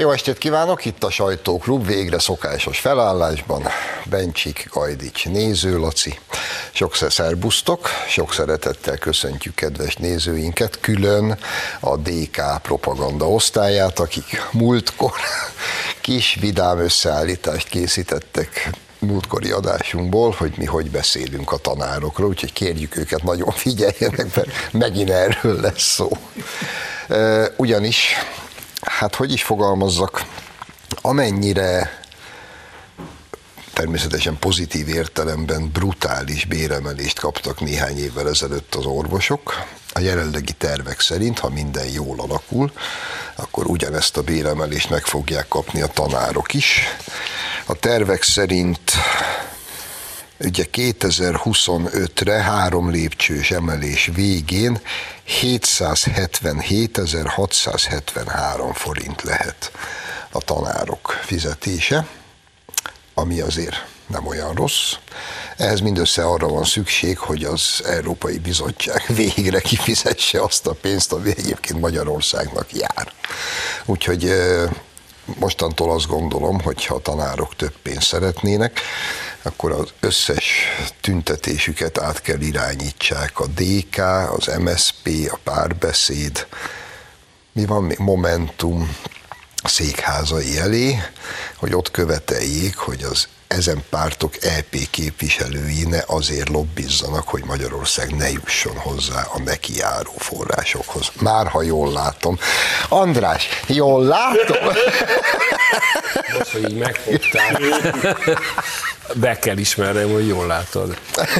Jó estét kívánok, itt a Sajtóklub, végre szokásos felállásban. Bencsik, Gajdics, Néző Laci. Sokszor szerbusztok, sok szeretettel köszöntjük kedves nézőinket, külön a DK propaganda osztályát, akik múltkor kis vidám összeállítást készítettek múltkori adásunkból, hogy mi hogy beszélünk a tanárokról, úgyhogy kérjük őket, nagyon figyeljenek, mert megint erről lesz szó. Ugyanis, hát hogy is fogalmazzak, amennyire természetesen pozitív értelemben brutális béremelést kaptak néhány évvel ezelőtt az orvosok, a jelenlegi tervek szerint, ha minden jól alakul, akkor ugyanezt a béremelést meg fogják kapni a tanárok is. A tervek szerint ugye 2025-re 3 lépcsős emelés végén 777.673 forint lehet a tanárok fizetése, ami azért nem olyan rossz. Ehhez mindössze arra van szükség, hogy az Európai Bizottság végre kifizesse azt a pénzt, ami egyébként Magyarországnak jár. Úgyhogy mostantól azt gondolom, hogy ha a tanárok több pénzt szeretnének, akkor az összes tüntetésüket át kell irányítsák a DK, az MSZP, a Párbeszéd, mi van még, Momentum székházai elé, hogy ott követeljék, hogy az ezen pártok EP képviselői ne azért lobbizzanak, hogy Magyarország ne jusson hozzá a neki járó forrásokhoz. Már ha jól látom. András, jól látom? Most, hogy így megfogtál, be kell ismernem, hogy jól látod.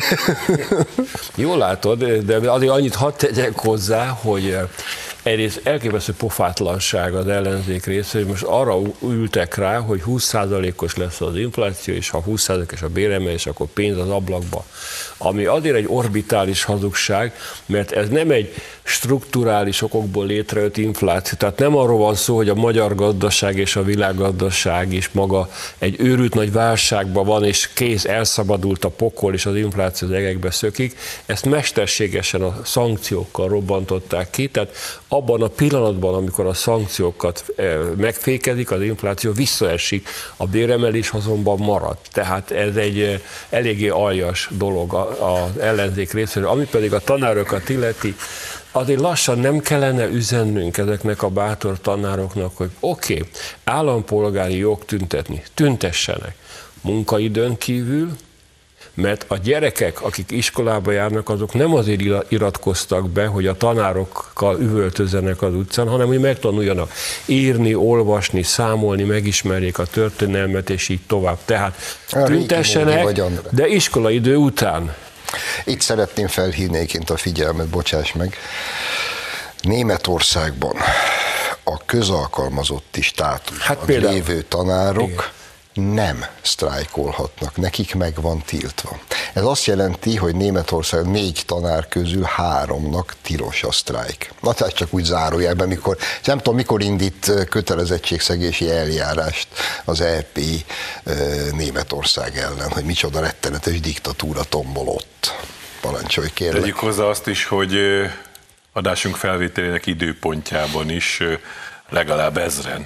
Jól látod, de azért annyit hadd tegyek hozzá, hogy egyrészt elképesztő pofátlanság az ellenzék része, hogy most arra ültek rá, hogy 20%-os lesz az infláció, és ha 20%-os a béremelés, akkor pénz az ablakba. Ami azért egy orbitális hazugság, mert ez nem egy strukturális okokból létrejött infláció. Tehát nem arról van szó, hogy a magyar gazdaság és a világgazdaság is maga egy őrült nagy válságban van, és kész, elszabadult a pokol, és az infláció az egekbe szökik. Ezt mesterségesen a szankciókkal robbantották ki, tehát abban a pillanatban, amikor a szankciókat megfékezik, az infláció visszaesik, a béremelés azonban marad. Tehát ez egy eléggé aljas dolog az ellenzék részéről. Ami pedig a tanárokat illeti, azért lassan nem kellene üzennünk ezeknek a bátor tanároknak, hogy oké, állampolgári jog tüntetni, tüntessenek munkaidőn kívül, mert a gyerekek, akik iskolába járnak, azok nem azért iratkoztak be, hogy a tanárokkal üvöltözzenek az utcán, hanem hogy megtanuljanak írni, olvasni, számolni, megismerjék a történelmet, és így tovább. Tehát tüntessenek, de iskolaidő után. Itt szeretném felhívni egyébként a figyelmet, bocsáss meg. Németországban a közalkalmazotti státuszban lévő tanárok nem sztrájkolhatnak, nekik meg van tiltva. Ez azt jelenti, hogy Németország 4 tanár közül 3-nak tilos a sztrájk. Na tehát csak úgy zárójelben, mikor, nem tudom, mikor indít kötelezettségszegési eljárást az EP Németország ellen, hogy micsoda rettenetes diktatúra tombol ott. Parancsolj, kérlek. Tegyük hozzá azt is, hogy adásunk felvételének időpontjában is legalább 1000-en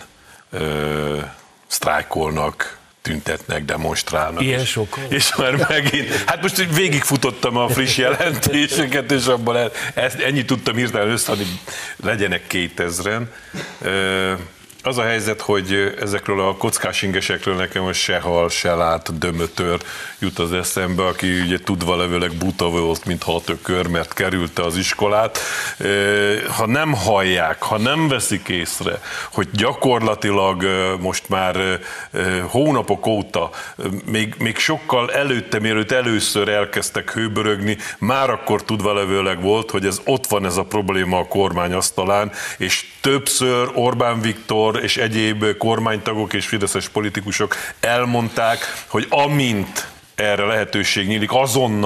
sztrájkolnak, tüntetnek, demonstrálnak. Ilyen sokan? És már megint, hát most végigfutottam a friss jelentéseket, és abban ennyit tudtam hirtelen összeadni, legyenek 2000-en. Az a helyzet, hogy ezekről a kockásingesekről nekem most se hal, se lát dömötör jut az eszembe, aki ugye tudva levőleg buta volt, mintha a tökör, mert kerülte az iskolát. Ha nem hallják, ha nem veszik észre, hogy gyakorlatilag most már hónapok óta, még sokkal előtte, mielőtt először elkezdtek hőbörögni, már akkor tudva levőleg volt, hogy ott van ez a probléma a kormány asztalán, és többször Orbán Viktor és egyéb kormánytagok és fideszes politikusok elmondták, hogy amint erre lehetőség nyílik, azonnal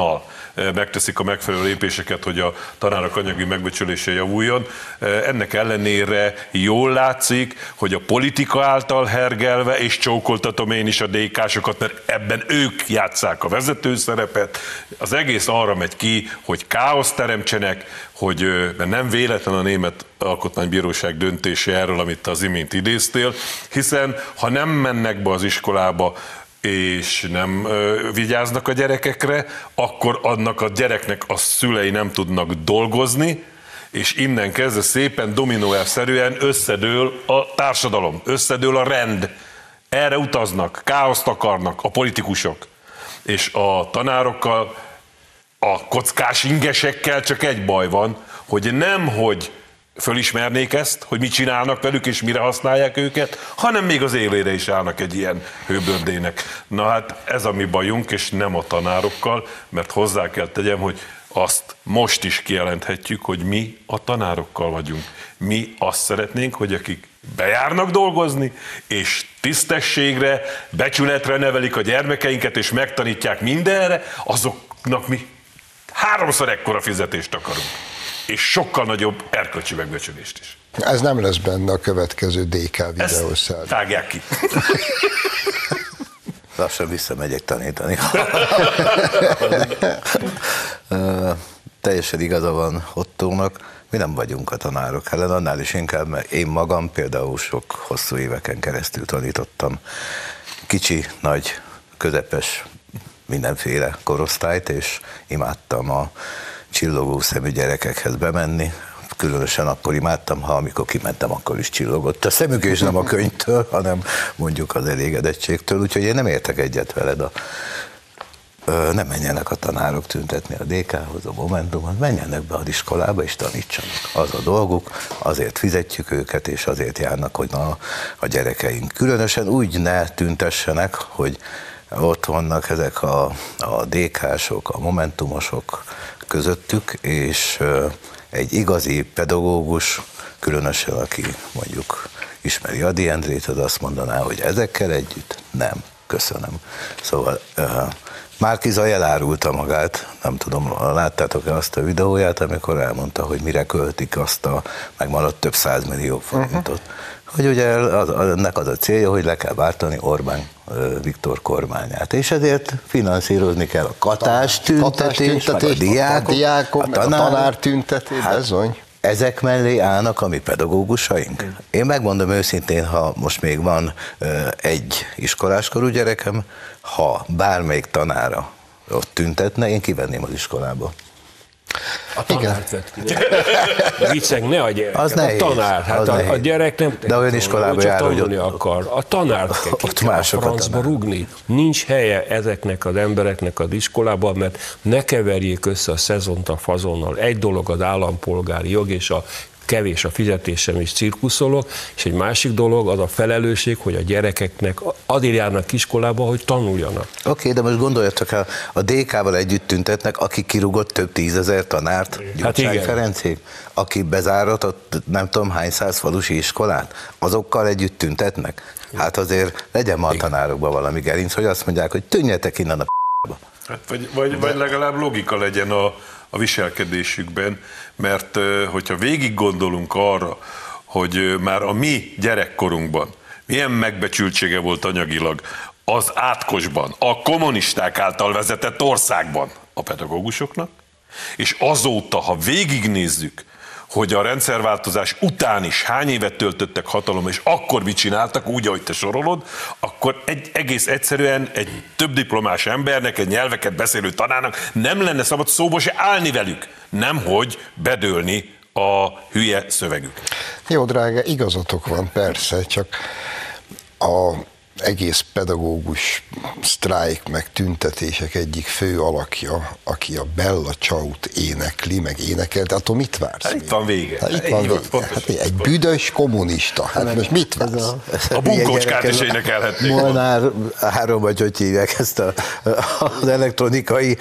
megteszik a megfelelő lépéseket, hogy a tanárok anyagi megbecsülése javuljon. Ennek ellenére jól látszik, hogy a politika által hergelve, és csókoltatom én is a DK-sokat, mert ebben ők játsszák a vezető szerepet, az egész arra megy ki, hogy káoszt teremtsenek, hogy mert nem véletlen a Német Alkotmánybíróság döntése erről, amit az imént idéztél, hiszen ha nem mennek be az iskolába, és nem vigyáznak a gyerekekre, akkor annak a gyereknek a szülei nem tudnak dolgozni, és innen kezdve szépen dominószerűen összedől a társadalom, összedől a rend. Erre utaznak, káoszt akarnak a politikusok. És a tanárokkal, a kockás ingesekkel csak egy baj van, hogy nem, hogy fölismernék ezt, hogy mit csinálnak velük és mire használják őket, hanem még az élére is állnak egy ilyen hőbördének. Na hát ez a mi bajunk, és nem a tanárokkal, mert hozzá kell tegyem, hogy azt most is kijelenthetjük, hogy mi a tanárokkal vagyunk. Mi azt szeretnénk, hogy akik bejárnak dolgozni, és tisztességre, becsületre nevelik a gyermekeinket, és megtanítják mindenre, azoknak mi 3-szor ekkora fizetést akarunk. És sokkal nagyobb erkölcsi megbecsülést is. Ez nem lesz benne a következő DK videószál. Tágják ki. Lassan visszamegyek tanítani. Teljesen igaza van Ottónak, mi nem vagyunk a tanárok ellen, annál is inkább, mert én magam például sok hosszú éveken keresztül tanítottam kicsi, nagy, közepes, mindenféle korosztályt, és imádtam a csillogó szemű gyerekekhez bemenni. Különösen akkor imádtam, ha amikor kimentem, akkor is csillogott a szemük, és nem a könyvtől, hanem mondjuk az elégedettségtől. Úgyhogy én nem értek egyet veled, nem menjenek a tanárok tüntetni a DK-hoz, a Momentumhoz, menjenek be az iskolába és tanítsanak. Az a dolguk, azért fizetjük őket, és azért járnak, hogy a gyerekeink különösen úgy ne tüntessenek, hogy ott vannak ezek a DK-sok, a Momentumosok közöttük, és egy igazi pedagógus, különösen aki mondjuk ismeri Ady Endrét, az azt mondaná, hogy ezekkel együtt nem, köszönöm. Szóval Márki-Zay elárulta magát, nem tudom, láttátok-e azt a videóját, amikor elmondta, hogy mire költik azt a megmaradt több 100 millió forintot. Hogy ugye ennek az a célja, hogy le kell váltani Orbán Viktor kormányát. És ezért finanszírozni kell a katástüntetést, meg a diákok, a tanártüntetést, bizony. Ezek mellé állnak a mi pedagógusaink. Én megmondom őszintén, ha most még van egy iskoláskorú gyerekem, ha bármelyik tanára ott tüntetne, én kivenném az iskolába. A tanárt vett ki. Vicceg, ne a gyerek. Az nehéz, a tanár, hát a gyerek nem de olyan iskolába jár, hogy ott akar. A tanárt kell, ki kell a francba rúgni. Nincs helye ezeknek az embereknek az iskolában, mert ne keverjék össze a szezont a fazonnal. Egy dolog az állampolgári jog és a kevés a fizetésem is cirkuszolok, és egy másik dolog az a felelősség, hogy a gyerekeknek azért járnak iskolába, hogy tanuljanak. Oké, de most gondoljatok el, a DK-val együtt tüntetnek, aki kirúgott több 10 000 tanárt, Gyurcsány Ferencék, aki bezáratott nem tudom hány 100 falusi iskolát, azokkal együtt tüntetnek. Hát azért legyen ma a tanárokban valami gerinc, hogy azt mondják, hogy tűnjetek innen a p***ba. Hát vagy legalább logika legyen a viselkedésükben, mert hogyha végig gondolunk arra, hogy már a mi gyerekkorunkban milyen megbecsültsége volt anyagilag az átkosban, a kommunisták által vezetett országban a pedagógusoknak, és azóta, ha végignézzük, hogy a rendszerváltozás után is hány évet töltöttek hatalom, és akkor mit csináltak, úgy, ahogy te sorolod, akkor egész egyszerűen egy több diplomás embernek, egy nyelveket beszélő tanárnak nem lenne szabad szóba se állni velük, nemhogy bedőlni a hülye szövegük. Jó, drága, igazatok van, persze, csak a egész pedagógus sztrájk meg tüntetések egyik fő alakja, aki a Bella Ciao-t énekli, meg énekelte, attól mit vársz? Hát itt van vége. Hát itt van vége. Hát egy büdös kommunista, hát most mit vársz? A bunkócskát is énekelhetnék. Molnár 3 vagy hogy hívják ezt az elektronikai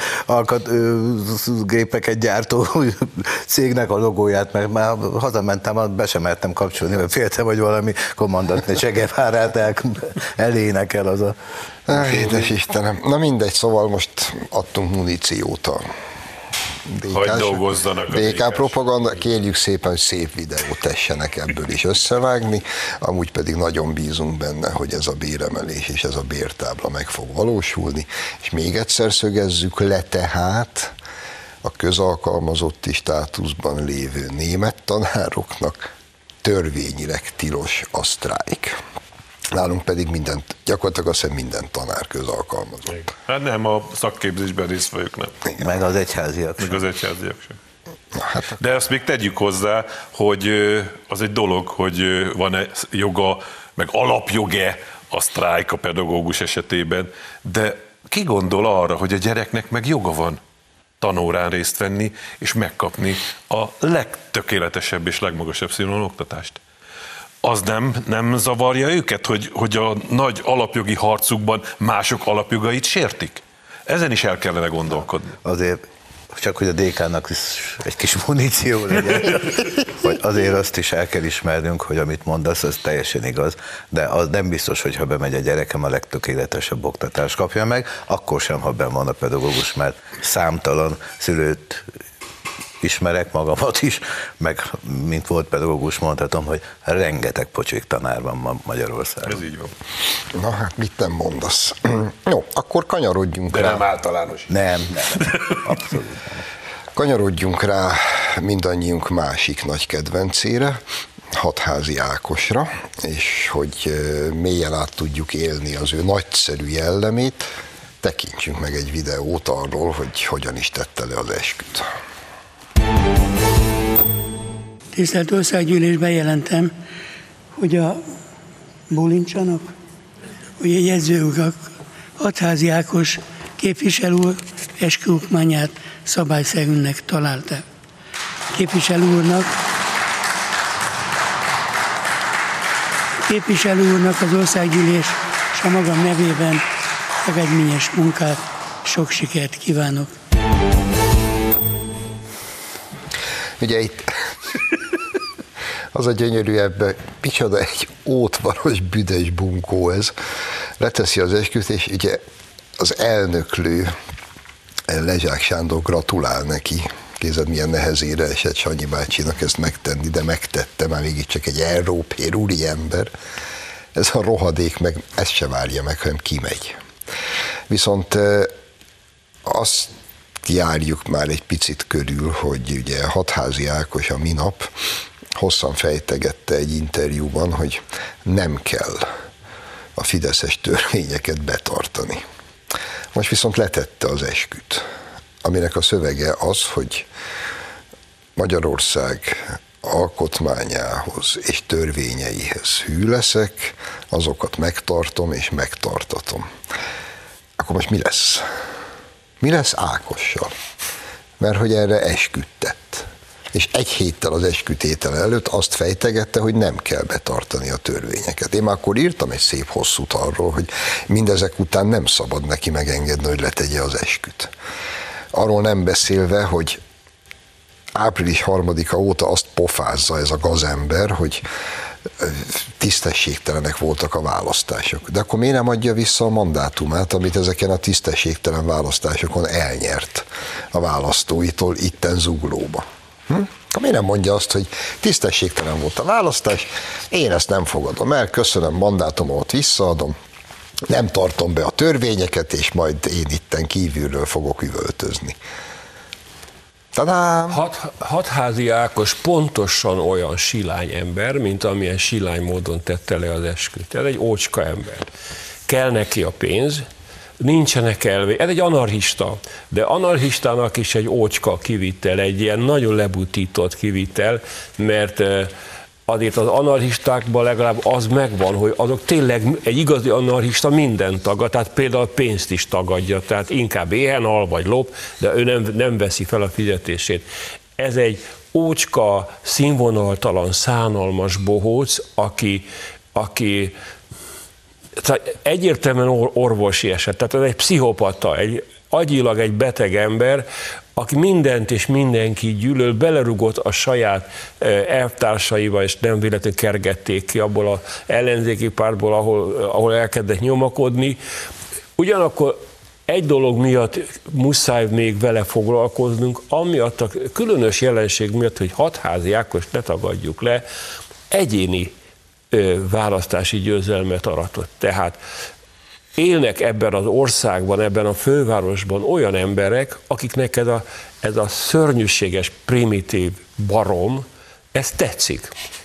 gépeket gyártó cégnek a logóját, mert már hazamentem, be sem mertem kapcsolni, mert féltem, hogy valami kommandant Che Guevárát elénekel az a... Édes Istenem. Na mindegy, szóval most adtunk muníciót a Hagy dolgozzanak a DK propaganda, kérjük szépen, hogy szép videót tessenek ebből is összevágni, amúgy pedig nagyon bízunk benne, hogy ez a béremelés és ez a bértábla meg fog valósulni, és még egyszer szögezzük le tehát a közalkalmazotti státuszban lévő német tanároknak törvényileg tilos a sztrájk. Nálunk pedig gyakorlatilag azt hiszem minden tanár közalkalmazott. Hát nem, a szakképzésben részt vagyok, nem. Igen. Meg az egyháziak sem. Meg az egyháziak sem. De azt még tegyük hozzá, hogy az egy dolog, hogy van-e joga, meg alapjoge a sztrájk a pedagógus esetében, de ki gondol arra, hogy a gyereknek meg joga van tanórán részt venni, és megkapni a legtökéletesebb és legmagasabb színvonalú oktatást? Az nem zavarja őket, hogy a nagy alapjogi harcukban mások alapjogait sértik? Ezen is el kellene gondolkodni. Azért, csak hogy a DK-nak is egy kis muníció legyen, hogy azért azt is el kell ismernünk, hogy amit mondasz, az teljesen igaz, de az nem biztos, hogy ha bemegy a gyerekem, a legtökéletesebb oktatást kapja meg, akkor sem, ha benn van a pedagógus, mert számtalan szülőt ismerek, magamat is, meg mint volt pedagógus mondhatom, hogy rengeteg pocsék tanár van ma Magyarországon. Ez így van. Na hát mit nem mondasz? Jó, akkor kanyarodjunk rá. De nem általános. Nem, abszolút nem. Kanyarodjunk rá mindannyiunk másik nagy kedvencére, Hatházi Ákosra, és hogy mélyen át tudjuk élni az ő nagyszerű jellemét, tekintsünk meg egy videót arról, hogy hogyan is tette le az esküt. Tisztelt Országgyűlés, bejelentem, hogy a bólincsanak, hogy a jegyzőurak Hatházi Ákos képviselő úr esküokmányát szabályszerűnek találták. Képviselő úrnak az Országgyűlés és a magam nevében eredményes munkát, sok sikert kívánok. Ugye itt az a gyönyörű ebben, micsoda egy ótvaros, büdös bunkó ez. Leteszi az esküt, és ugye az elnöklő, Lezsák Sándor gratulál neki. Kézed, milyen nehezére esett Sanyi bácsinak ezt megtenni, de megtette, már mégis csak egy európai úri ember. Ez a rohadék meg ezt se várja meg, hanem kimegy. Viszont azt járjuk már egy picit körül, hogy ugye Hatházi Ákos a minap hosszan fejtegette egy interjúban, hogy nem kell a fideszes törvényeket betartani. Most viszont letette az esküt, aminek a szövege az, hogy Magyarország alkotmányához és törvényeihez hű leszek, azokat megtartom és megtartatom. Akkor most mi lesz? Mi lesz Ákossal? Mert hogy erre esküt tett. És egy héttel az eskütétel előtt azt fejtegette, hogy nem kell betartani a törvényeket. Én már akkor írtam egy szép hosszút arról, hogy mindezek után nem szabad neki megengedni, hogy letegye az esküt. Arról nem beszélve, hogy április 3-a óta azt pofázza ez a gazember, hogy tisztességtelenek voltak a választások. De akkor miért nem adja vissza a mandátumát, amit ezeken a tisztességtelen választásokon elnyert a választóitól itten Zuglóba? Akkor miért nem mondja azt, hogy tisztességtelen volt a választás, én ezt nem fogadom el, köszönöm, mandátumomat visszaadom, nem tartom be a törvényeket, és majd én itten kívülről fogok üvöltözni. Tadám! Hatházi Ákos pontosan olyan silány ember, mint amilyen silány módon tette le az esküt. Ez egy ócska ember. Kell neki a pénz, nincsenek elvé. Ez egy anarchista, de anarchistának is egy ócska kivitel, egy ilyen nagyon lebutított kivitel, mert azért az anarchistákban legalább az megvan, hogy azok tényleg egy igazi anarchista mindent tagad, tehát például pénzt is tagadja, tehát inkább éhen al vagy lop, de ő nem veszi fel a fizetését. Ez egy ócska, színvonaltalan, szánalmas bohóc, aki egyértelműen orvosi eset, tehát ez egy pszichopata, agyilag egy beteg ember, aki mindent és mindenki gyűlöl, belerugott a saját elvtársaival, és nem véletlenül kergették ki abból az ellenzéki pártból, ahol elkezdett nyomakodni. Ugyanakkor egy dolog miatt muszáj még vele foglalkoznunk, amiatt a különös jelenség miatt, hogy Hatházi Ákos, ne tagadjuk le, egyéni választási győzelmet aratott. Tehát élnek ebben az országban, ebben a fővárosban olyan emberek, akiknek ez a szörnyűséges, primitív barom, ez tetszik.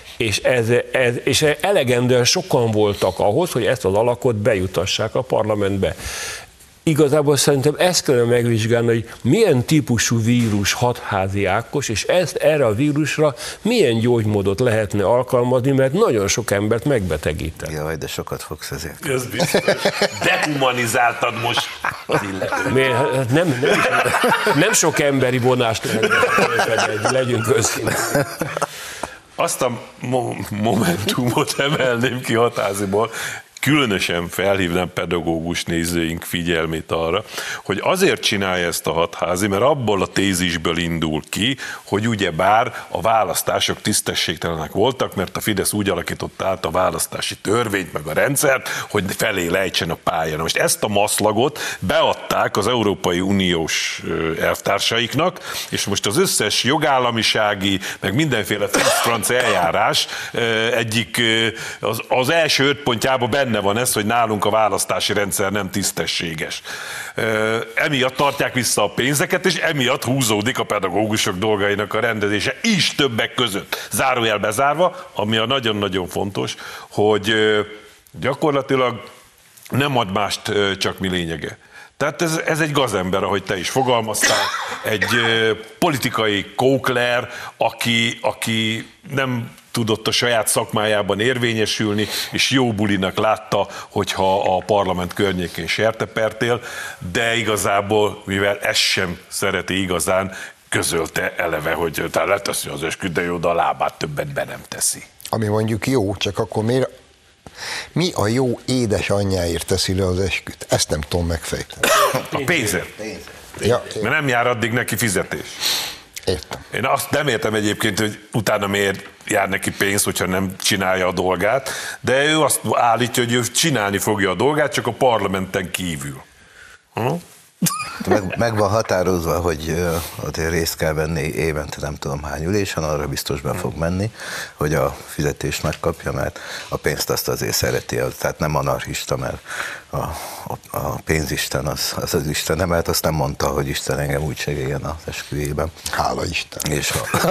És elegendően sokan voltak ahhoz, hogy ezt az alakot bejutassák a parlamentbe. Igazából szerintem ezt kellene megvizsgálni, hogy milyen típusú vírus Hatházi Ákos, és erre a vírusra milyen gyógymódot lehetne alkalmazni, mert nagyon sok embert megbetegített. Jaj, de sokat fogsz ezért. Ez biztos. Dehumanizáltad most az illetőt. Nem sok emberi vonást lehet, legyünk őszintén. Azt a momentumot emelném ki Hatháziból, különösen felhívnám pedagógus nézőink figyelmét arra, hogy azért csinálja ezt a Hatházi, mert abból a tézisből indul ki, hogy ugyebár a választások tisztességtelenek voltak, mert a Fidesz úgy alakította át a választási törvényt, meg a rendszert, hogy felé lejtsen a pályán. Most ezt a maszlagot beadták az Európai Uniós elvtársaiknak, és most az összes jogállamisági, meg mindenféle franc eljárás egyik az első 5 pontjában benne van ez, hogy nálunk a választási rendszer nem tisztességes. Emiatt tartják vissza a pénzeket, és emiatt húzódik a pedagógusok dolgainak a rendezése is többek között. Zárójel bezárva, ami a nagyon-nagyon fontos, hogy gyakorlatilag nem ad mást, csak mi lényege. Tehát ez egy gazember, ahogy te is fogalmaztál, egy politikai kókler, aki nem tudott a saját szakmájában érvényesülni, és jó bulinak látta, hogyha a parlament környékén sertepertél, de igazából, mivel ezt sem szereti igazán, közölte eleve, hogy leteszi az esküt, de jó, de a lábát többet be nem teszi. Ami mondjuk jó, csak akkor miért mi a jó édesanyjáért teszi le az esküt? Ezt nem tudom megfejteni. A pénzért. Ja, mert nem jár addig neki fizetés. Értem. Én azt nem értem egyébként, hogy utána miért jár neki pénz, hogyha nem csinálja a dolgát, de ő azt állítja, hogy ő csinálni fogja a dolgát, csak a parlamenten kívül. Meg van határozva, hogy azért részt kell venni évente nem tudom hány ülésen, arra biztos be fog menni, hogy a fizetést megkapja, mert a pénzt azt azért szereti, tehát nem anarchista, mert a pénzisten az Isten, mert azt nem mondta, hogy Isten engem úgy segéljen az esküvében. Hála Isten. És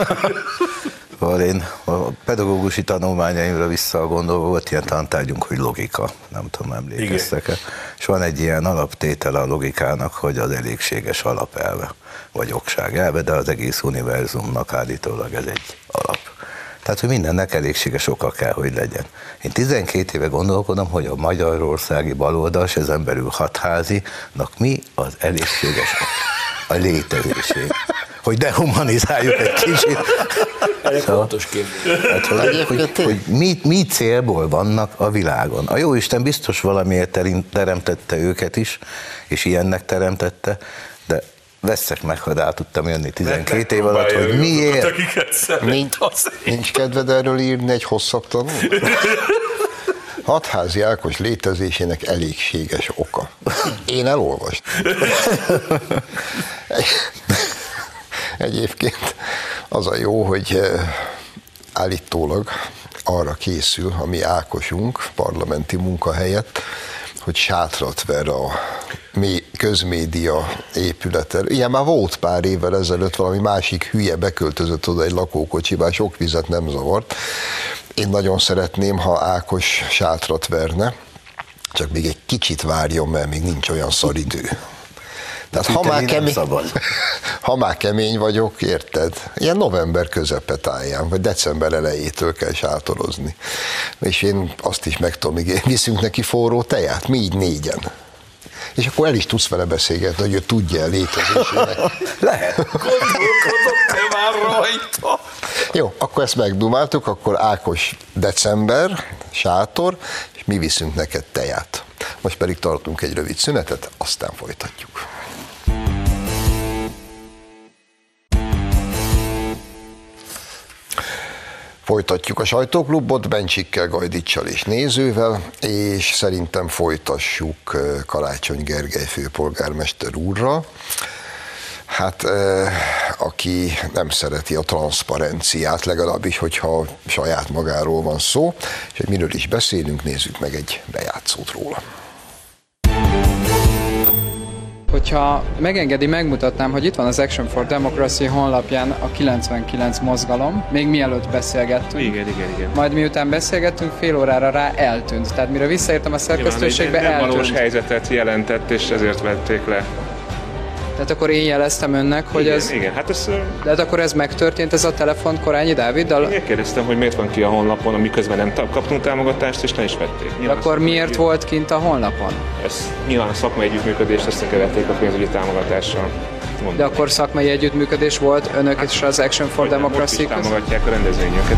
én a pedagógusi tanulmányaimra visszagondolva volt ilyen tantárgyunk, hogy logika, nem tudom, emlékeztek-e. És van egy ilyen alaptétele a logikának, hogy az elégséges alapelve, vagy okság elve, de az egész univerzumnak állítólag ez egy alap. Tehát, hogy mindennek elégséges oka kell, hogy legyen. Én 12 éve gondolkodom, hogy a magyarországi baloldal, és ezen belül Hatházinak mi az elégséges a létezését. Hogy dehumanizáljuk egy kicsit. Ez fontos kérdés. Hogy mi célból vannak a világon. A Jóisten biztos valamiért teremtette őket is, és ilyennek teremtette, de vesszek meg, ha rá tudtam jönni 12 év alatt, hogy miért. Nincs kedved erről írni egy hosszabb tanulmányt? Hatházi Ákos létezésének elégséges oka. Én elolvastam. Egyébként az a jó, hogy állítólag arra készül a mi Ákosunk parlamenti munka helyett, hogy sátrat ver a közmédia épületel. Ilyen már volt pár évvel ezelőtt, valami másik hülye beköltözött oda egy lakókocsiba, sok vizet nem zavart. Én nagyon szeretném, ha Ákos sátrat verne, csak még egy kicsit várjon, mert még nincs olyan szaridő. Tehát ha már kemény vagyok, érted? Ilyen november közepe táján, vagy december elejétől kell sátorozni. És én azt is meg tudom ígérni, viszünk neki forró teját, mi így 4-en. És akkor el is tudsz vele beszélgetni, hogy ő tudja a létezésének. Lehet. Gondolkodok te már rajta. Jó, akkor ezt megdumáltuk, akkor Ákos december, sátor, és mi viszünk neked teját. Most pedig tartunk egy rövid szünetet, aztán folytatjuk. Folytatjuk a sajtóklubot Bencsikkel, Gajdicsal és nézővel, és szerintem folytassuk Karácsony Gergely főpolgármester úrral, hát aki nem szereti a transzparenciát, legalábbis, hogyha saját magáról van szó, és hogy miről is beszélünk, nézzük meg egy bejátszót róla. Hogyha megengedi, megmutatnám, hogy itt van az Action for Democracy honlapján a 99 mozgalom, még mielőtt beszélgettünk. Igen. Majd miután beszélgettünk, fél órára rá eltűnt. Tehát mire visszaértem a szerkesztőségbe, eltűnt. Nem valós eltűnt. helyzetet jelentett, és ezért vették le. Tehát akkor én jeleztem önnek, hogy Igen, ez... igen, hát ez... De hát akkor ez megtörtént, ez a telefon Korányi Dáviddal? Én kérdeztem, hogy miért van ki a honlapon, miközben nem kaptunk támogatást, és le is vették. De akkor miért volt kint a honlapon? Ez nyilván a szakmai együttműködést összekövették a pénzügyi támogatással. Mondom. De akkor szakmai együttműködés volt önök és az Action for Democracy között? között? Támogatják a rendezvényeket.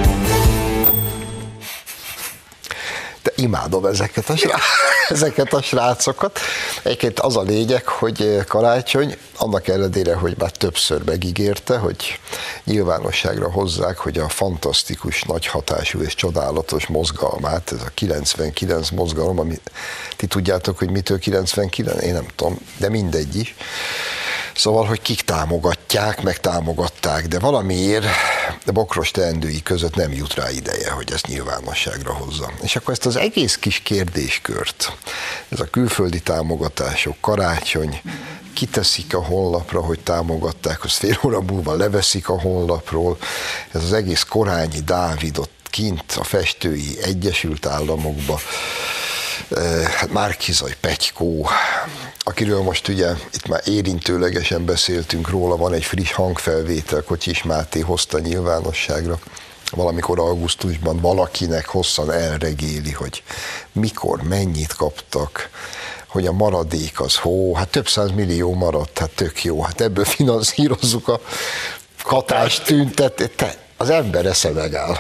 De imádom ezeket a srácokat. Egyébként az a lényeg, hogy Karácsony, annak ellenére, hogy már többször megígérte, hogy nyilvánosságra hozzák, hogy a fantasztikus, nagy hatású és csodálatos mozgalmát, ez a 99 mozgalom, ami ti tudjátok, hogy mitől 99? Én nem tudom, de mindegy is. Szóval, hogy kik támogatják, meg támogatták, de valamiért a bokros teendői között nem jut rá ideje, hogy ezt nyilvánosságra hozza. És akkor ezt az egész kis kérdéskört, ez a külföldi támogatások, Karácsony, kiteszik a honlapra, hogy támogatták, azt fél óra múlva leveszik a honlapról, ez az egész Korányi Dávid ott kint a Festői Egyesült Államokba, hát Márki-Zay Petykó, akiről most ugye itt már érintőlegesen beszéltünk róla, van egy friss hangfelvétel, Kocsis Máté hozta nyilvánosságra, valamikor augusztusban valakinek hosszan elregéli, hogy mikor, mennyit kaptak, hogy a maradék az hát több 100 millió maradt, hát tök jó, hát ebből finanszírozzuk a hatástüntetést. Az ember esze megáll.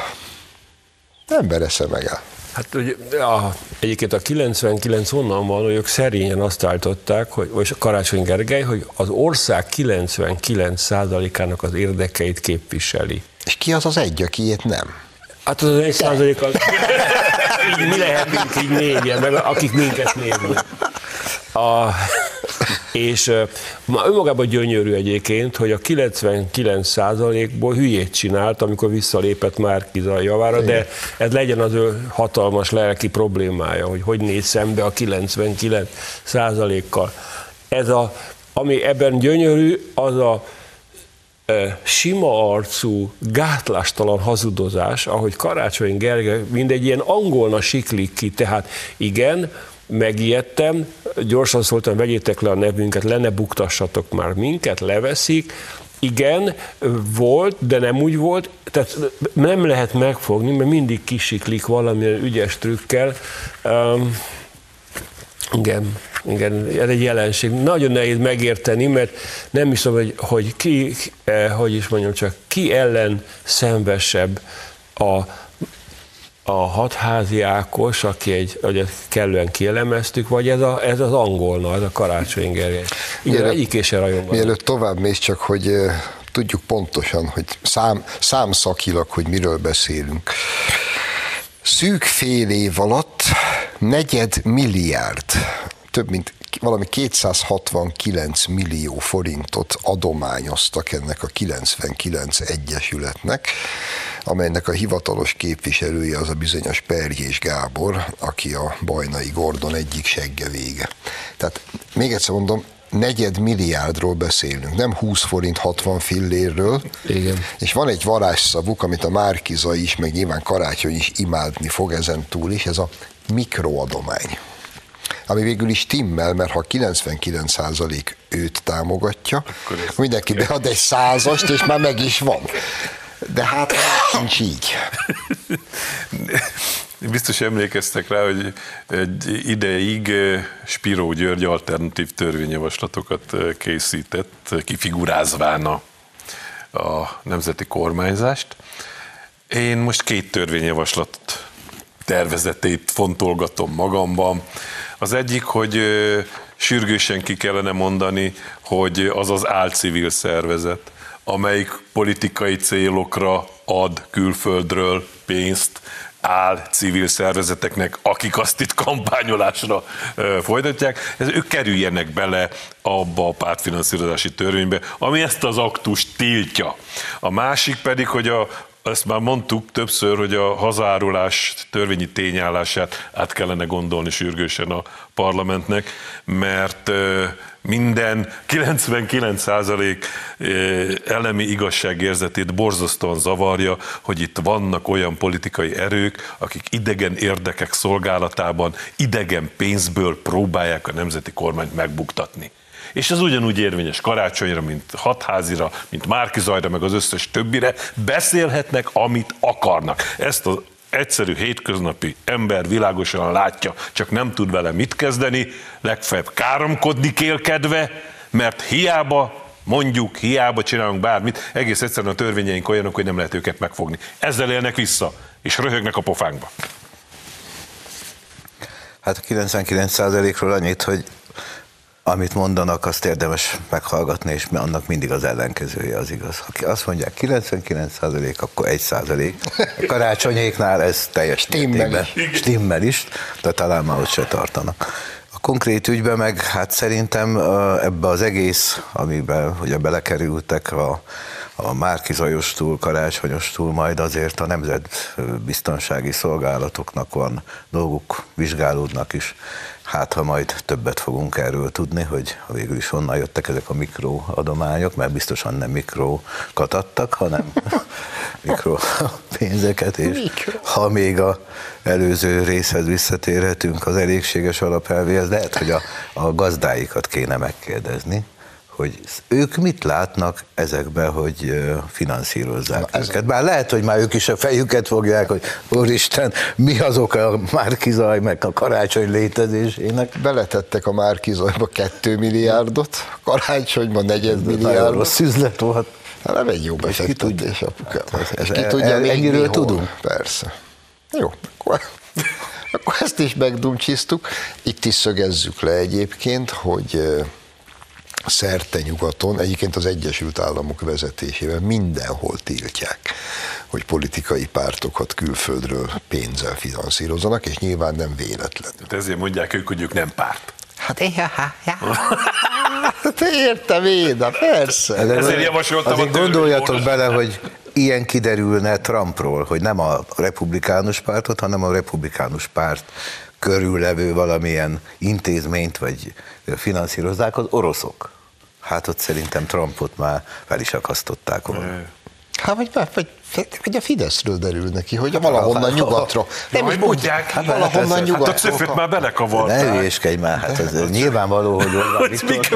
Hát ugye, egyébként a 99 onnan van, hogy ők szerényen azt állították, vagy Karácsony Gergely, hogy az ország 99%-ának az érdekeit képviseli. És ki az az egy, akiét nem? Hát az 1% az... mi lehetünk így négyen, meg akik minket néznek. És önmagában gyönyörű egyébként, hogy a 99%-ból hülyét csinált, amikor visszalépett Márki-Zay javára, de ez legyen az ő hatalmas lelki problémája, hogy néz szembe a 99%-kal. Ami ebben gyönyörű, az a sima arcú, gátlástalan hazudozás, ahogy Karácsony Gergely mindegy ilyen angolna siklik ki, tehát igen, megijedtem, gyorsan szóltam, vegyétek le a nevünket, le ne buktassatok már minket, leveszik. Igen, volt, de nem úgy volt, tehát nem lehet megfogni, mert mindig kisiklik valamilyen ügyes trükkel. Igen, ez egy jelenség. Nagyon nehéz megérteni, mert nem hiszem, hogy ki ellen szenvesebb a Hatházi Ákos, aki kellően kielemeztük, vagy ez az angolna, ez a Karácsony Gergely. Igen, egyik és rajongva. Mielőtt tovább mész, csak hogy tudjuk pontosan, hogy számszakilag, hogy miről beszélünk. Szűk fél év alatt 4 milliárd, több mint valami 269 millió forintot adományoztak ennek a 99 egyesületnek, amelynek a hivatalos képviselője az a bizonyos Perjés Gábor, aki a Bajnai Gordon egyik seggevége. Tehát még egyszer mondom, 4 milliárdról beszélünk, nem 20 forint 60 fillérről. Igen. És van egy varázsszavuk, amit a Márki-Zay is, meg nyilván Karácsony is imádni fog ezen túl is, ez a mikroadomány. Ami végül is timmel, mert ha 99% őt támogatja, mindenki bead egy 100-ast, és már meg is van. De hát nincs így. Biztos emlékeztek rá, hogy egy ideig Spiró György alternatív törvényjavaslatokat készített, kifigurázván a nemzeti kormányzást. Én most 2 törvényjavaslat tervezetét fontolgatom magamban. Az egyik, hogy sürgősen ki kellene mondani, hogy az az álcivil szervezet, amelyik politikai célokra ad külföldről pénzt, áll civil szervezeteknek, akik azt itt kampányolásra folytatják, ők kerüljenek bele abba a pártfinanszírozási törvénybe, ami ezt az aktust tiltja. A másik pedig, hogy ezt már mondtuk többször, hogy a hazárulás törvényi tényállását át kellene gondolni sürgősen a parlamentnek, mert minden 99% elemi igazságérzetét borzasztóan zavarja, hogy itt vannak olyan politikai erők, akik idegen érdekek szolgálatában, idegen pénzből próbálják a nemzeti kormányt megbuktatni. És ez ugyanúgy érvényes Karácsonyra, mint Hatházira, mint Márki-Zajra, meg az összes többire, beszélhetnek, amit akarnak. Ezt az egyszerű hétköznapi ember világosan látja, csak nem tud vele mit kezdeni, legfeljebb káromkodni kélkedve, mert hiába csinálunk bármit, egész egyszerűen a törvényeink olyanok, hogy nem lehet őket megfogni. Ezzel élnek vissza, és röhögnek a pofánkba. Hát a 99%-ról annyit, hogy amit mondanak, azt érdemes meghallgatni, és annak mindig az ellenkezője az igaz. Ha azt mondják 99%, akkor 1%. A Karácsonyéknál ez teljes stimmel is, de talán már ott se tartanak. A konkrét ügyben meg hát szerintem ebbe az egész, amiben ugye belekerültek a Márki-Zajostól, Karácsonyostól, majd azért a nemzetbiztonsági szolgálatoknak van dolguk, vizsgálódnak is. Hát, ha majd többet fogunk erről tudni, hogy végül is honnan jöttek ezek a mikroadományok, mert biztosan nem mikrokat adtak, hanem mikropénzeket, és ha még az előző részhez visszatérhetünk az elégséges alapelvéhez, lehet, hogy a gazdáikat kéne megkérdezni, hogy ők mit látnak ezekben, hogy finanszírozzák őket. Bár lehet, hogy már ők is a fejüket fogják, hogy úristen, mi az oka a Márki-Zaj, meg a Karácsony létezésének. Beletettek a Márki-Zajba 2 milliárdot, Karácsonyban 4 milliárdot. Rossz üzlet volt. Hát nem egy jó befektetés, apukám. És ki tudja még ennyiről tudunk? Persze. Jó, akkor ezt is megdumcsisztuk. Itt is szögezzük le egyébként, hogy szerte nyugaton, egyébként az Egyesült Államok vezetésében mindenhol tiltják, hogy politikai pártokat külföldről pénzzel finanszírozzanak, és nyilván nem véletlenül. Hát ezért mondják ők, hogy ők nem párt. Hát értem én, de persze. Ezért javasoltam azért gondoljatok bele, hogy ilyen kiderülne Trumpról, hogy nem a republikánus pártot, hanem a republikánus párt körüllevő valamilyen intézményt vagy finanszírozzák az oroszok. Hát ott szerintem Trumpot már fel is akasztották volna. Hát vagy a Fideszről derül neki, hogy valahonnan nyugatra. Nem is mondják, valahonnan nyugatra. Hát a CÖF-öt már belekavarták. Ne hülyéskedj már, hát ez nyilvánvaló, hogy Orbán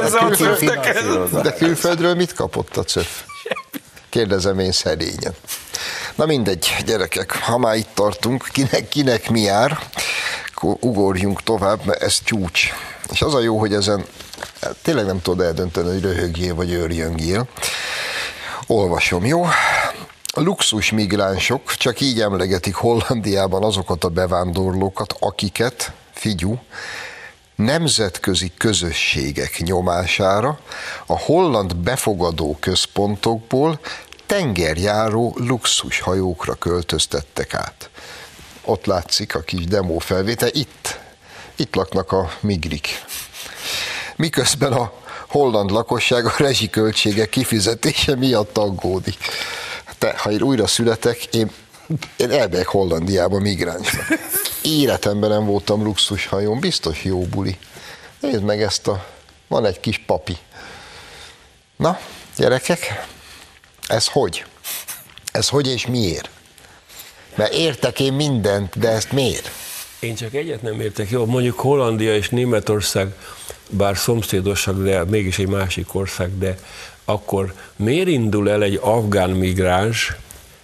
Viktor de külföldről mit kapott a CÖF? Kérdezem én szerényen. Na mindegy, gyerekek, ha már itt tartunk, kinek mi jár, akkor ugorjunk tovább, mert ez csúcs. És az a jó, hogy ezen tényleg nem tudod eldönteni, hogy röhögjél vagy őrjöngél. Olvasom, jó? A luxus migránsok csak így emlegetik Hollandiában azokat a bevándorlókat, akiket, figyú, nemzetközi közösségek nyomására a holland befogadó központokból tengerjáró luxushajókra költöztettek át. Ott látszik a kis demo felvétel, itt laknak a migrik. Miközben a holland lakosság a rezsiköltségek kifizetése miatt aggódik. Ha én újra születek, én elmegyek Hollandiába migránsnak. Életemben nem voltam luxushajón, biztos jó buli. Nézd meg van egy kis papi. Na, gyerekek, ez hogy? Ez hogy és miért? Mert értek én mindent, de ezt miért? Én csak egyet nem értek. Jó, mondjuk Hollandia és Németország, bár szomszédosak, de mégis egy másik ország, de akkor miért indul el egy afgán migráns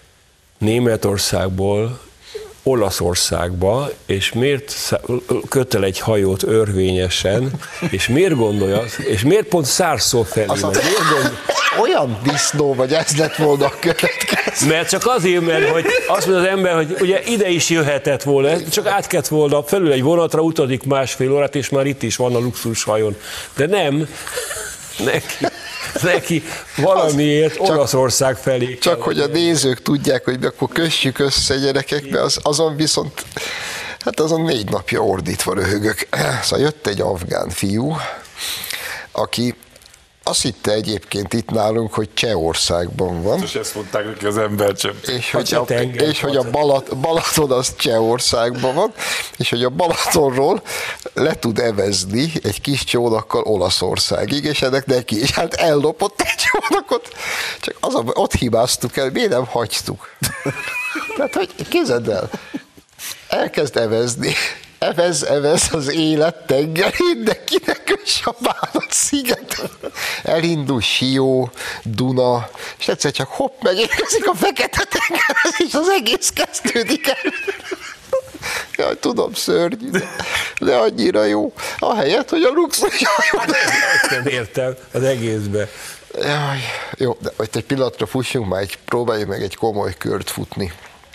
Németországból Olaszországba, és miért köt el egy hajót örvényesen, és miért gondolja, és miért pont Szárszó felé megy? Olyan disznó vagy, ez lett volna a következő. Mert csak azért, mert hogy azt mondja az ember, hogy ugye ide is jöhetett volna, csak át kellett volna felül egy vonatra, utazik 1,5 órát, és már itt is van a luxushajón. De nem, neki neki valamiért Olaszország felé. Csak hogy a nézők tudják, hogy akkor kössük össze gyerekekbe, azon viszont, hát azon 4 napja ordítva röhögök. Szóval jött egy afgán fiú, aki azt hitte egyébként itt nálunk, hogy Csehországban van. És ezt mondták neki az embercsempészek. És hogy a Balaton az Csehországban van, és hogy a Balatonról le tud evezni egy kis csónakkal Olaszországig, és ennek neki is hát ellopott egy csónakot, csak ott hibáztuk el, miért nem hagytuk? Tehát, hogy képzeld el, elkezd evezni, evez az élet tengerén, de kinek kös a Bánat sziget. Elindul Sió, Duna, és egyszer csak hopp, megérkezik a Fekete-tengerhez, és az egész kezdődik el. Jaj, tudom, szörnyű, de annyira jó. Ahelyett, hogy a luxus... Nem értem az egészbe. Jaj, jó, de hogy egy pillanatra fussunk már, próbáljuk meg egy komoly kört futni.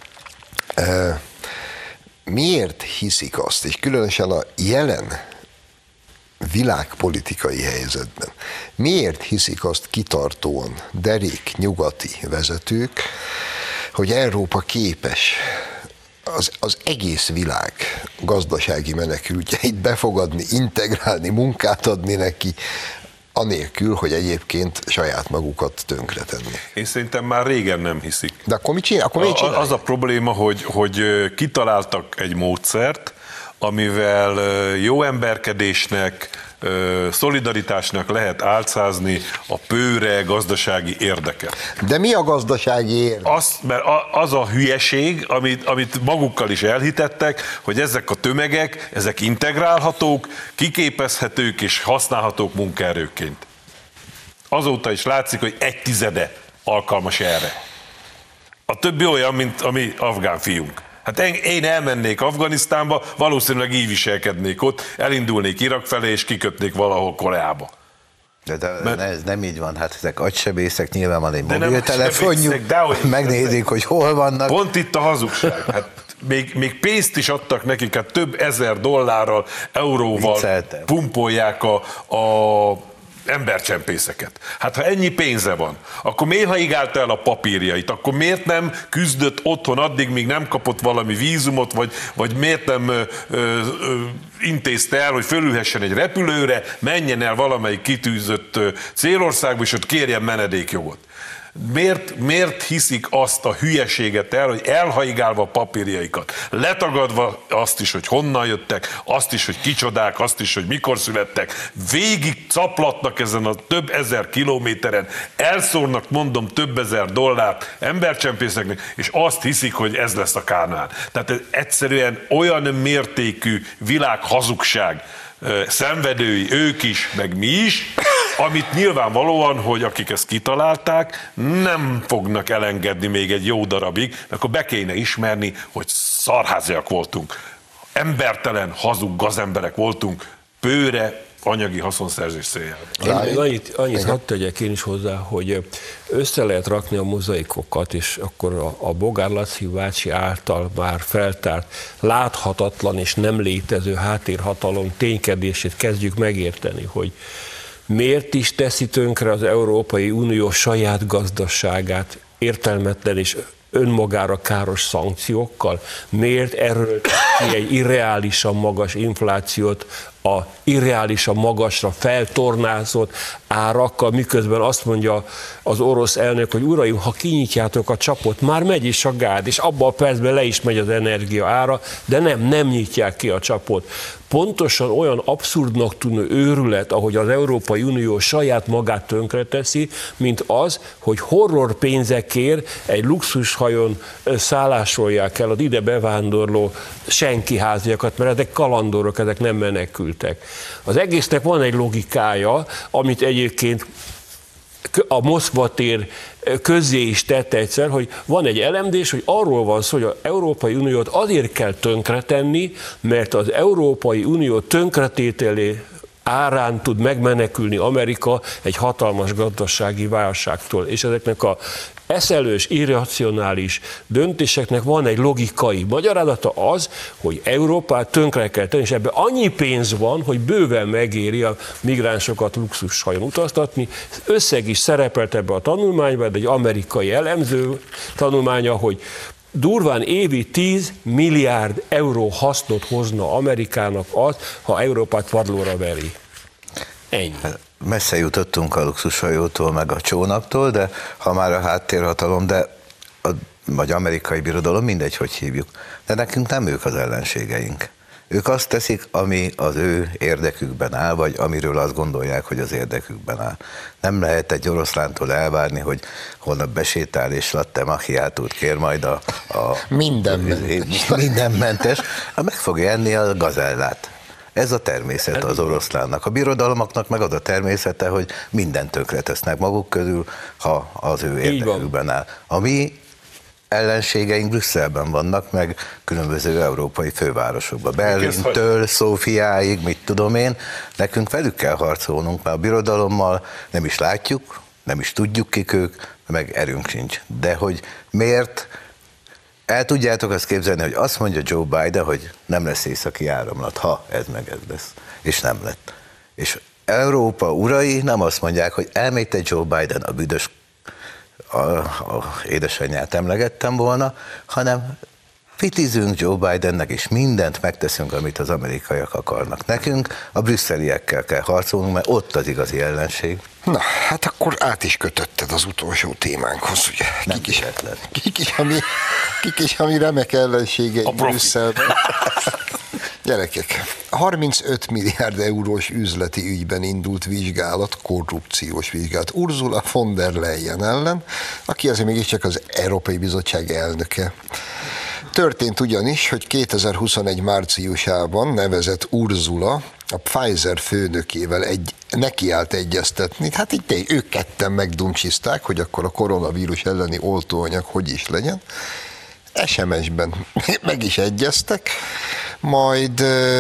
Miért hiszik azt, és különösen a jelen világpolitikai helyzetben, miért hiszik azt kitartóan derék nyugati vezetők, hogy Európa képes az egész világ gazdasági menekültjeit befogadni, integrálni, munkát adni neki, anélkül, hogy egyébként saját magukat tönkretenni. Én szerintem már régen nem hiszik. De akkor mit csinálják? Az a probléma, hogy kitaláltak egy módszert, amivel jó emberkedésnek, szolidaritásnak lehet álcázni a pőre gazdasági érdeket. De mi a gazdasági érdek? Mert az a hülyeség, amit magukkal is elhitettek, hogy ezek a tömegek, ezek integrálhatók, kiképezhetők és használhatók munkaerőként. Azóta is látszik, hogy 1/10 alkalmas erre. A többi olyan, mint a mi afgán fiunk. Hát én elmennék Afganisztánba, valószínűleg így viselkednék ott, elindulnék Irak felé, és kikötnék valahol Koreába. De ez nem így van, hát ezek agysebészek, nyilván van egy mobiltelefonjuk, megnézik, hogy hol vannak. Pont itt a hazugság. Hát még pénzt is adtak nekik, hát több ezer dollárral, euróval Vicceltem. pumpolják a embercsempészeket. Hát ha ennyi pénze van, akkor miért haigálta el a papírjait? Akkor miért nem küzdött otthon addig, míg nem kapott valami vízumot, vagy miért nem intézte el, hogy fölülhessen egy repülőre, menjen el valamelyik kitűzött célországba, és ott kérjen menedékjogot? Miért hiszik azt a hülyeséget el, hogy elhaigálva a papírjaikat, letagadva azt is, hogy honnan jöttek, azt is, hogy kicsodák, azt is, hogy mikor születtek, végig caplatnak ezen a több ezer kilométeren, elszórnak, mondom, több ezer dollárt embercsempészeknek, és azt hiszik, hogy ez lesz a Kánaán. Tehát ez egyszerűen olyan mértékű világhazugság, szenvedői ők is, meg mi is, amit nyilvánvalóan, hogy akik ezt kitalálták, nem fognak elengedni még egy jó darabig, mert akkor be kéne ismerni, hogy szarháziak voltunk. Embertelen, hazug gazemberek voltunk, pőre, anyagi haszonszerzés céljából. Annyit hadd tegyek én is hozzá, hogy össze lehet rakni a mozaikokat, és akkor a Bogár Laci bácsi által már feltárt láthatatlan és nem létező háttérhatalom ténykedését kezdjük megérteni, hogy miért is teszi tönkre az Európai Unió saját gazdaságát értelmetlen és önmagára káros szankciókkal? Miért erről ki egy irreálisan magas inflációt, a irreálisan magasra feltornázott árakkal, miközben azt mondja az orosz elnök, hogy uraim, ha kinyitjátok a csapot, már megy is a gáz, és abban a percben le is megy az energia ára, de nem nyitják ki a csapot. Pontosan olyan abszurdnak tűnő őrület, ahogy az Európai Unió saját magát tönkreteszi, mint az, hogy horror pénzekért egy luxushajón szállásolják el az ide bevándorló senkiháziakat, mert ezek kalandorok, ezek nem menekültek. Az egésznek van egy logikája, amit egyébként a Moszkva tér közzé is tette egyszer, hogy van egy elemzés, hogy arról van szó, hogy az Európai Uniót azért kell tönkretenni, mert az Európai Unió tönkretételé árán tud megmenekülni Amerika egy hatalmas gazdasági válságtól. És ezeknek a eszelős, irracionális döntéseknek van egy logikai magyarázata az, hogy Európát tönkre kell tenni, és ebben annyi pénz van, hogy bőven megéri a migránsokat luxushajon utaztatni. Összeg is szerepelt ebbe a tanulmányban, de egy amerikai elemző tanulmánya, hogy durván évi 10 milliárd euró hasznot hozna Amerikának az, ha Európát padlóra veri. Ennyi. Messze jutottunk a luxushajótól, meg a csónaktól, de ha már a háttérhatalom, vagy amerikai birodalom, mindegy, hogy hívjuk, de nekünk nem ők az ellenségeink. Ők azt teszik, ami az ő érdekükben áll, vagy amiről azt gondolják, hogy az érdekükben áll. Nem lehet egy oroszlántól elvárni, hogy holnap besétál és latte macchiatót kér majd a mindenmentes, meg fogja enni a gazellát. Ez a természet az oroszlánnak. A birodalmaknak meg az a természete, hogy mindent tönkre tesznek maguk közül, ha az ő érdekükben áll. A mi ellenségeink Brüsszelben vannak, meg különböző európai fővárosokban. Berlintől Szófiáig, mit tudom én, nekünk velük kell harcolnunk, mert a birodalommal nem is látjuk, nem is tudjuk kik ők, meg erőnk sincs. De hogy miért el tudjátok azt képzelni, hogy azt mondja Joe Biden, hogy nem lesz északi áramlat, ha ez meg ez lesz, és nem lett. És Európa urai nem azt mondják, hogy elmélte Joe Biden a büdös, a édesanyját emlegettem volna, hanem fitizünk Joe Bidennek, és mindent megteszünk, amit az amerikaiak akarnak. Nekünk a brüsszeliekkel kell harcolnunk, mert ott az igazi ellenség. Na, hát akkor át is kötötted az utolsó témánkhoz, ugye? Nem Kik is, ami remek ellenségei Brüsszelben. Gyerekek, 35 milliárd eurós üzleti ügyben indult vizsgálat, korrupciós vizsgálat Ursula von der Leyen ellen, aki azért mégiscsak az Európai Bizottság elnöke. Történt ugyanis, hogy 2021 márciusában nevezett Ursula a Pfizer főnökével nekiállt egyeztetni. Hát így ők ketten megdumcsizták, hogy akkor a koronavírus elleni oltóanyag hogy is legyen. SMS-ben meg is egyeztek, majd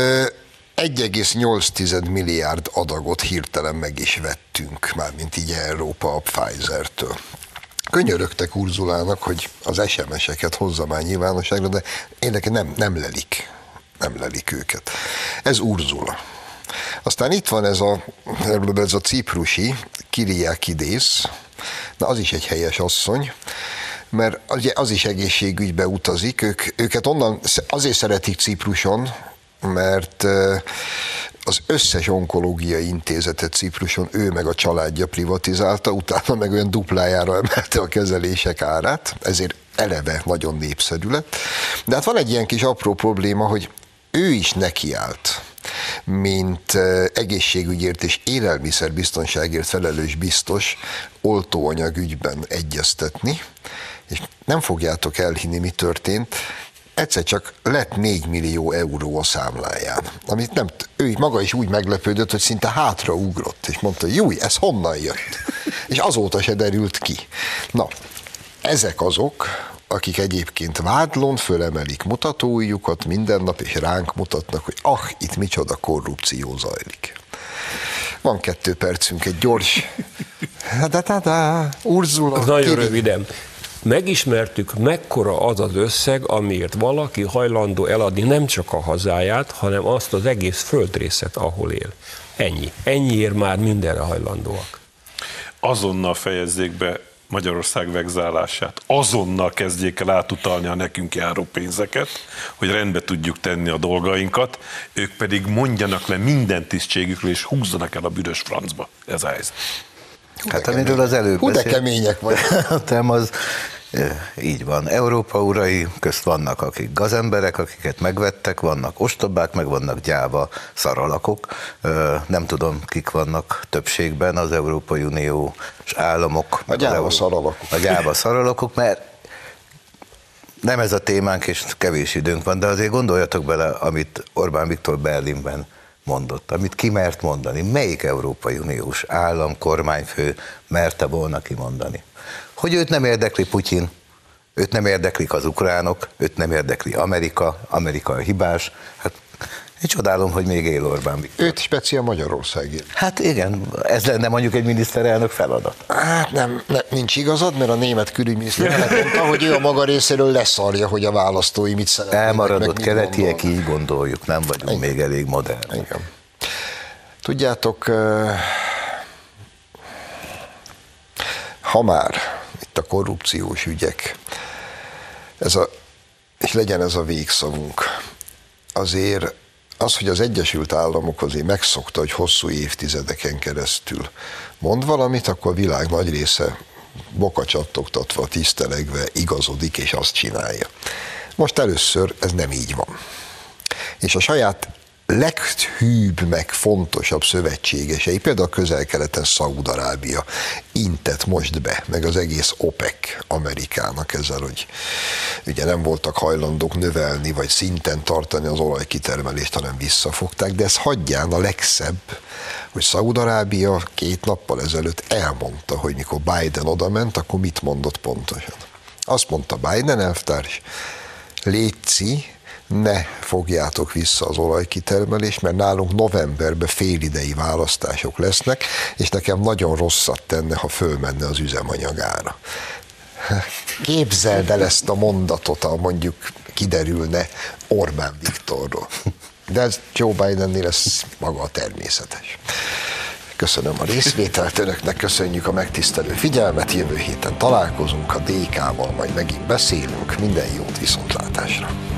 1,8 milliárd adagot hirtelen meg is vettünk, mármint így Európa a Pfizer-től. Könyörögtek Urzulának, hogy az SMS-eket hozza már nyilvánosságra, de nem lelik őket. Ez Ursula. Aztán itt van ez a ciprusi Kyriakidész, na az is egy helyes asszony, mert az is egészségügybe utazik, őket onnan azért szeretik Cipruson, mert az összes onkológiai intézetet Cipruson ő meg a családja privatizálta, utána meg olyan duplájára emelte a kezelések árát, ezért eleve nagyon népszerű lett. De hát van egy ilyen kis apró probléma, hogy ő is nekiállt, mint egészségügyért és élelmiszerbiztonságért felelős biztos oltóanyag ügyben egyeztetni, és nem fogjátok elhinni, mi történt. Egyszer csak lett 4 millió euró a számláján, amit ő maga is úgy meglepődött, hogy szinte hátraugrott, és mondta, júj, ez honnan jött? És azóta se derült ki. Na, ezek azok, akik egyébként vádlón fölemelik mutatójukat minden nap, és ránk mutatnak, hogy itt micsoda korrupció zajlik. Van 2 percünk, egy gyors... Ursula... Nagyon röviden. Megismertük, mekkora az az összeg, amiért valaki hajlandó eladni nem csak a hazáját, hanem azt az egész földrészet, ahol él. Ennyi. Ennyiért már mindenre hajlandóak. Azonnal fejezzék be Magyarország vegzálását. Azonnal kezdjék el átutalni a nekünk járó pénzeket, hogy rendbe tudjuk tenni a dolgainkat, ők pedig mondjanak le minden tisztségükről, és húzzanak el a büdös francba. Ez a helyzet. Hát amiről az előbb de kemények vagyok. Az így van. Európa urai közt vannak, akik gazemberek, akiket megvettek, vannak ostobák, meg vannak gyáva szaralakok. Nem tudom, kik vannak többségben az Európai Uniós államok. A gyáva szaralakok. A gyáva szaralakok, mert nem ez a témánk, és kevés időnk van, de azért gondoljatok bele, amit Orbán Viktor Berlinben mondott, amit ki mert mondani. Melyik Európai Uniós állam, kormányfő merte volna kimondani? Hogy őt nem érdekli Putyin, őt nem érdeklik az ukránok, őt nem érdekli Amerika a hibás. Hát Én csodálom, hogy még él Orbán Viktor. Őt speciál Magyarországért. Hát igen, ez lenne mondjuk egy miniszterelnök feladat. Hát nem, nincs igazad, mert a német külügyminiszter elmondta, hogy ő a maga részéről leszarja, hogy a választói mit szeretnének. Elmaradott keletiek, így gondoljuk, nem vagyunk még elég modern. Igen. Tudjátok, ha már itt a korrupciós ügyek, és legyen ez a végszavunk, azért az, hogy az Egyesült Államok azért megszokta, hogy hosszú évtizedeken keresztül mond valamit, akkor a világ nagy része bokacsattogtatva, tisztelegve igazodik, és azt csinálja. Most először ez nem így van. És a saját leghűbb, meg fontosabb szövetségesei, például a Közel-Keleten Szaúd-Arábia intett most be, meg az egész OPEC Amerikának ezzel, hogy ugye nem voltak hajlandók növelni, vagy szinten tartani az olajkitermelést, hanem visszafogták, de ez hagyján a legszebb, hogy Szaúd-Arábia 2 nappal ezelőtt elmondta, hogy mikor Biden odament, akkor mit mondott pontosan. Azt mondta Biden elvtárs, létszi, ne fogjátok vissza az olajkitermelést, mert nálunk novemberben félidei választások lesznek, és nekem nagyon rosszat tenne, ha fölmenne az üzemanyagára. Képzeld el ezt a mondatot, ha mondjuk kiderülne Orbán Viktorról. De ez Joe Bidennél ez maga a természetes. Köszönöm a részvételt önöknek, köszönjük a megtisztelő figyelmet, jövő héten találkozunk a DK-val, majd megint beszélünk, minden jót, viszontlátásra!